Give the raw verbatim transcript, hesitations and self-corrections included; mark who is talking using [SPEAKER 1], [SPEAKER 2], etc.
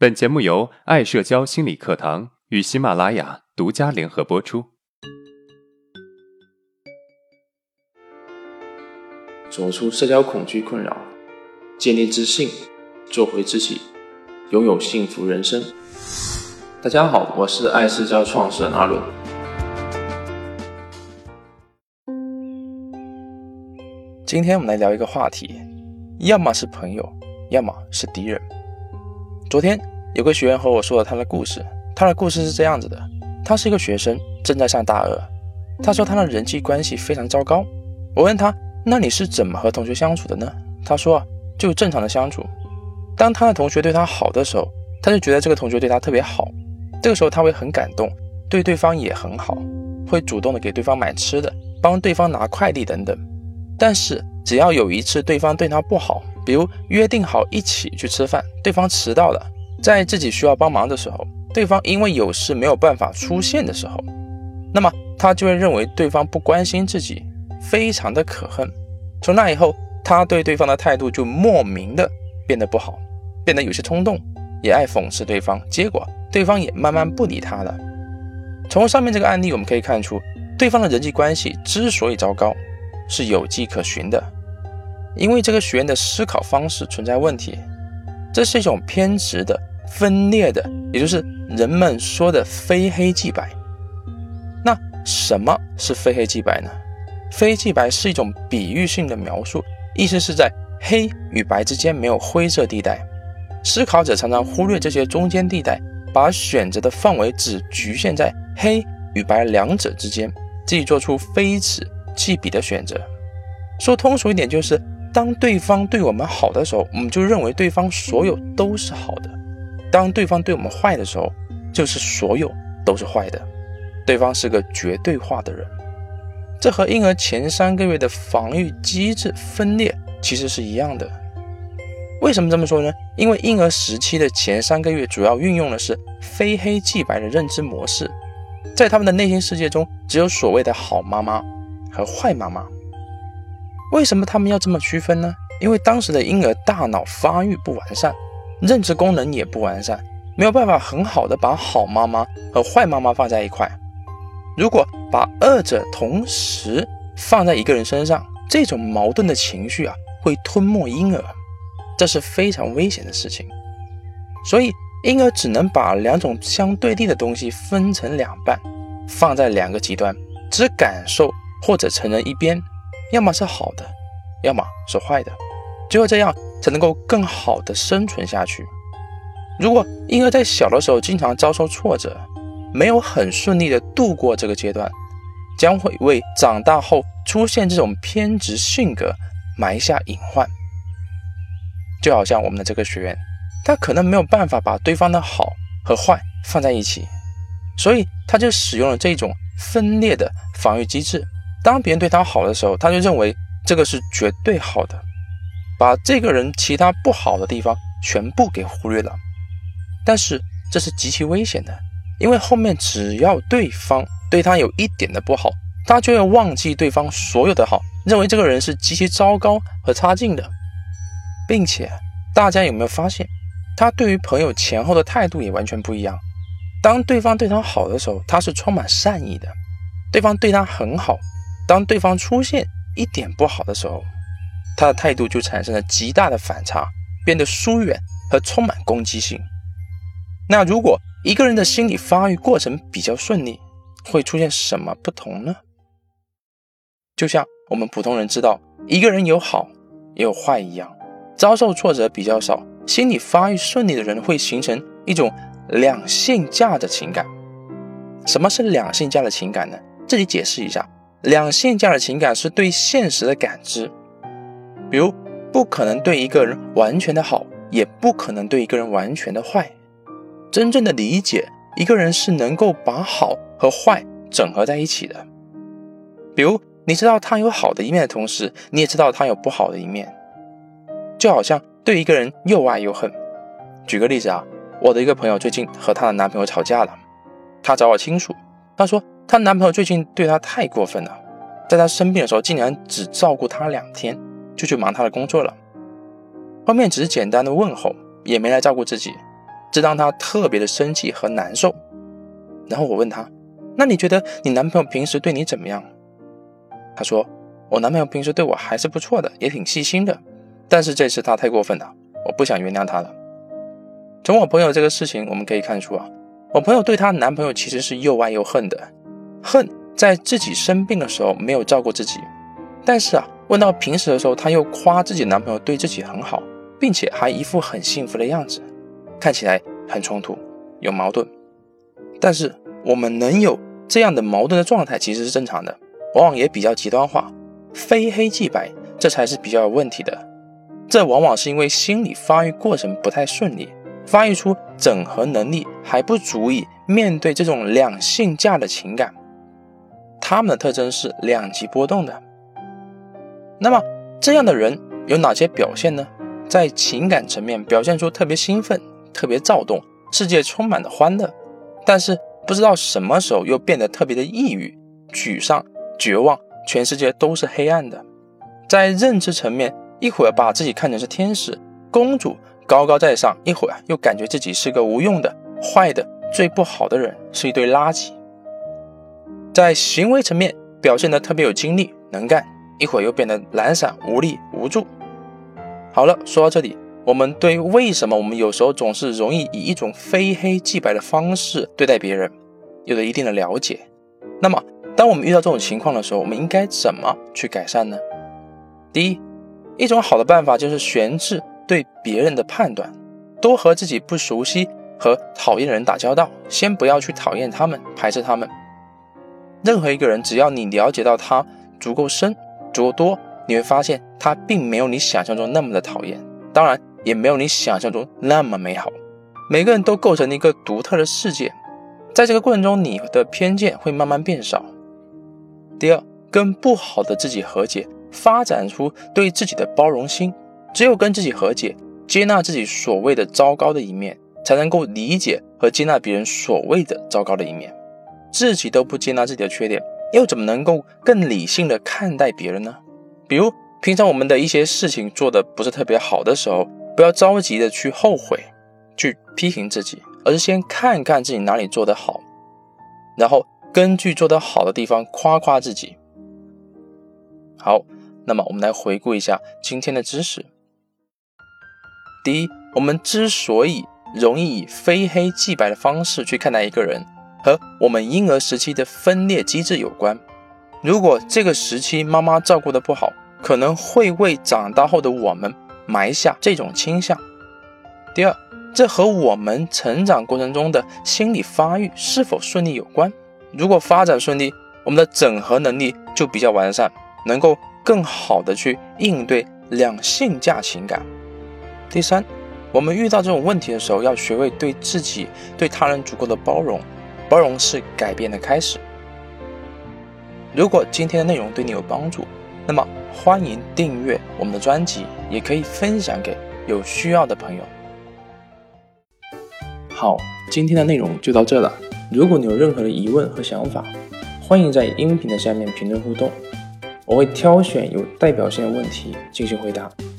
[SPEAKER 1] 本节目由爱社交心理课堂与喜马拉雅独家联合播出。
[SPEAKER 2] 走出社交恐惧困扰，建立自信，做回自己，拥有幸福人生。大家好，我是爱社交创始人阿伦。今天我们来聊一个话题，要么是朋友，要么是敌人。昨天有个学员和我说了他的故事，他的故事是这样子的，他是一个学生，正在上大二。他说他的人际关系非常糟糕。我问他，那你是怎么和同学相处的呢？他说啊，就正常的相处。当他的同学对他好的时候，他就觉得这个同学对他特别好，这个时候他会很感动，对对方也很好，会主动的给对方买吃的，帮对方拿快递等等。但是只要有一次对方对他不好，比如约定好一起去吃饭，对方迟到了，在自己需要帮忙的时候，对方因为有事没有办法出现的时候，那么他就会认为对方不关心自己，非常的可恨。从那以后，他对对方的态度就莫名的变得不好，变得有些冲动，也爱讽刺对方，结果对方也慢慢不理他了。从上面这个案例我们可以看出，对方的人际关系之所以糟糕，是有迹可循的。因为这个学员的思考方式存在问题，这是一种偏执的、分裂的，也就是人们说的非黑即白。那什么是非黑即白呢？非即白是一种比喻性的描述，意思是在黑与白之间没有灰色地带。思考者常常忽略这些中间地带，把选择的范围只局限在黑与白两者之间，自己做出非此即彼的选择。说通俗一点，就是当对方对我们好的时候，我们就认为对方所有都是好的；当对方对我们坏的时候，就是所有都是坏的。对方是个绝对化的人。这和婴儿前三个月的防御机制分裂其实是一样的。为什么这么说呢？因为婴儿时期的前三个月主要运用的是非黑即白的认知模式，在他们的内心世界中，只有所谓的好妈妈和坏妈妈。为什么他们要这么区分呢？因为当时的婴儿大脑发育不完善，认知功能也不完善，没有办法很好的把好妈妈和坏妈妈放在一块。如果把二者同时放在一个人身上，这种矛盾的情绪啊，会吞没婴儿，这是非常危险的事情。所以婴儿只能把两种相对立的东西分成两半，放在两个极端，只感受或者承认一边，要么是好的，要么是坏的，只有这样才能够更好的生存下去。如果婴儿在小的时候经常遭受挫折，没有很顺利的度过这个阶段，将会为长大后出现这种偏执性格埋下隐患。就好像我们的这个学员，他可能没有办法把对方的好和坏放在一起，所以他就使用了这种分裂的防御机制。当别人对他好的时候，他就认为这个是绝对好的，把这个人其他不好的地方全部给忽略了。但是这是极其危险的，因为后面只要对方对他有一点的不好，他就会忘记对方所有的好，认为这个人是极其糟糕和差劲的。并且大家有没有发现，他对于朋友前后的态度也完全不一样。当对方对他好的时候，他是充满善意的，对方对他很好，当对方出现一点不好的时候，他的态度就产生了极大的反差，变得疏远和充满攻击性。那如果一个人的心理发育过程比较顺利，会出现什么不同呢？就像我们普通人知道一个人有好也有坏一样，遭受挫折比较少，心理发育顺利的人会形成一种两性价的情感。什么是两性价的情感呢？这里解释一下，两性价的情感是对现实的感知，比如不可能对一个人完全的好，也不可能对一个人完全的坏。真正的理解一个人是能够把好和坏整合在一起的。比如你知道他有好的一面的同时，你也知道他有不好的一面，就好像对一个人又爱又恨。举个例子啊，我的一个朋友最近和她的男朋友吵架了，她找我倾诉，她说她男朋友最近对她太过分了，在她生病的时候竟然只照顾她两天，就去忙她的工作了，后面只是简单的问候，也没来照顾自己。 这让她特别的生气和难受。然后我问她，那你觉得你男朋友平时对你怎么样？她说，我男朋友平时对我还是不错的，也挺细心的，但是这次他太过分了，我不想原谅他了。从我朋友这个事情我们可以看出啊，我朋友对她男朋友其实是又爱又恨的。恨在自己生病的时候没有照顾自己，但是啊，问到平时的时候，她又夸自己男朋友对自己很好，并且还一副很幸福的样子，看起来很冲突，有矛盾。但是我们能有这样的矛盾的状态其实是正常的，往往也比较极端化，非黑即白，这才是比较有问题的。这往往是因为心理发育过程不太顺利，发育出整合能力还不足以面对这种两性价的情感，他们的特征是两极波动的。那么这样的人有哪些表现呢？在情感层面表现出特别兴奋，特别躁动，世界充满了欢乐，但是不知道什么时候又变得特别的抑郁、沮丧、绝望，全世界都是黑暗的。在认知层面，一会儿把自己看成是天使、公主，高高在上，一会儿又感觉自己是个无用的、坏的、最不好的人，是一堆垃圾。在行为层面表现得特别有精力、能干，一会儿又变得懒散、无力、无助。好了，说到这里，我们对为什么我们有时候总是容易以一种非黑即白的方式对待别人有了一定的了解。那么当我们遇到这种情况的时候，我们应该怎么去改善呢？第一，一种好的办法就是悬置对别人的判断，多和自己不熟悉和讨厌的人打交道，先不要去讨厌他们、排斥他们。任何一个人，只要你了解到他足够深、足够多，你会发现他并没有你想象中那么的讨厌，当然也没有你想象中那么美好。每个人都构成了一个独特的世界，在这个过程中，你的偏见会慢慢变少。第二，跟不好的自己和解，发展出对自己的包容心。只有跟自己和解，接纳自己所谓的糟糕的一面，才能够理解和接纳别人所谓的糟糕的一面。自己都不接纳自己的缺点，又怎么能够更理性的看待别人呢？比如平常我们的一些事情做得不是特别好的时候，不要着急的去后悔，去批评自己，而是先看看自己哪里做得好，然后根据做得好的地方夸夸自己。好，那么我们来回顾一下今天的知识。第一，我们之所以容易以非黑即白的方式去看待一个人，和我们婴儿时期的分裂机制有关。如果这个时期妈妈照顾得不好，可能会为长大后的我们埋下这种倾向。第二，这和我们成长过程中的心理发育是否顺利有关。如果发展顺利，我们的整合能力就比较完善，能够更好的去应对两性价情感。第三，我们遇到这种问题的时候，要学会对自己、对他人足够的包容，包容是改变的开始。如果今天的内容对你有帮助，那么欢迎订阅我们的专辑，也可以分享给有需要的朋友。好，今天的内容就到这了。如果你有任何的疑问和想法，欢迎在音频的下面评论互动，我会挑选有代表性的问题进行回答。